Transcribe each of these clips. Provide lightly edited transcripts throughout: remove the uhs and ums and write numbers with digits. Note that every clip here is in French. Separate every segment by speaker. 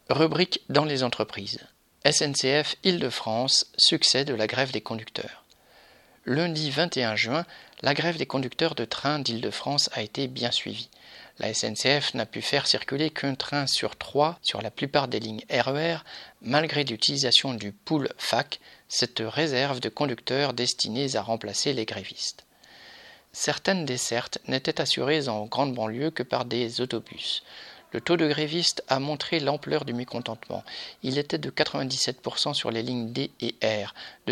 Speaker 1: Rubrique dans les entreprises. SNCF Île-de-France, succès de la grève des conducteurs. Lundi 21 juin, la grève des conducteurs de train d'Île-de-France a été bien suivie. La SNCF n'a pu faire circuler qu'un train sur 3 sur la plupart des lignes RER, malgré l'utilisation du pool FAC, cette réserve de conducteurs destinés à remplacer les grévistes. Certaines dessertes n'étaient assurées en grande banlieue que par des autobus. Le taux de grévistes a montré l'ampleur du mécontentement. Il était de 97% sur les lignes D et R, de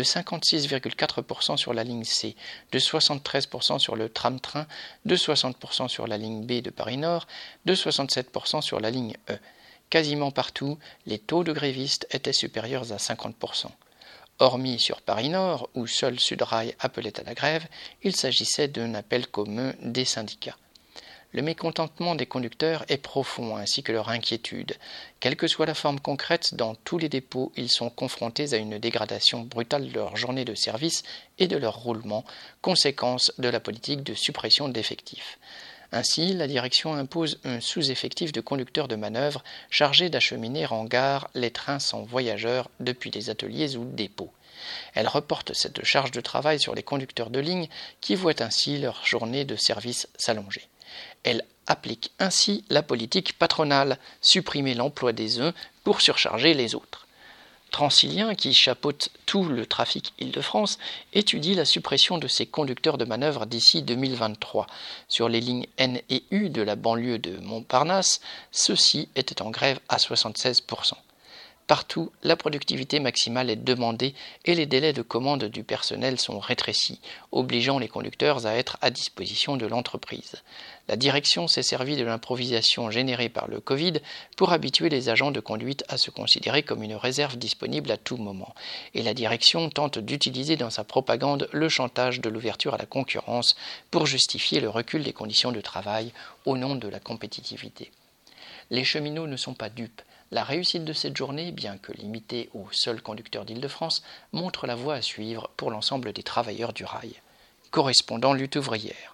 Speaker 1: 56,4% sur la ligne C, de 73% sur le tram-train, de 60% sur la ligne B de Paris-Nord, de 67% sur la ligne E. Quasiment partout, les taux de grévistes étaient supérieurs à 50%. Hormis sur Paris-Nord, où seul Sudrail appelait à la grève, il s'agissait d'un appel commun des syndicats. Le mécontentement des conducteurs est profond, ainsi que leur inquiétude. Quelle que soit la forme concrète, dans tous les dépôts, ils sont confrontés à une dégradation brutale de leur journée de service et de leur roulement, conséquence de la politique de suppression d'effectifs. Ainsi, la direction impose un sous-effectif de conducteurs de manœuvre chargés d'acheminer en gare les trains sans voyageurs depuis les ateliers ou dépôts. Elle reporte cette charge de travail sur les conducteurs de ligne qui voient ainsi leur journée de service s'allonger. Elle applique ainsi la politique patronale, supprimer l'emploi des uns pour surcharger les autres. Transilien, qui chapeaute tout le trafic Île-de-France, étudie la suppression de ses conducteurs de manœuvre d'ici 2023. Sur les lignes N et U de la banlieue de Montparnasse, ceux-ci étaient en grève à 76%. Partout, la productivité maximale est demandée et les délais de commande du personnel sont rétrécis, obligeant les conducteurs à être à disposition de l'entreprise. La direction s'est servie de l'improvisation générée par le Covid pour habituer les agents de conduite à se considérer comme une réserve disponible à tout moment. Et la direction tente d'utiliser dans sa propagande le chantage de l'ouverture à la concurrence pour justifier le recul des conditions de travail au nom de la compétitivité. Les cheminots ne sont pas dupes. La réussite de cette journée, bien que limitée aux seuls conducteurs d'Île-de-France, montre la voie à suivre pour l'ensemble des travailleurs du rail. Correspondant lutte ouvrière.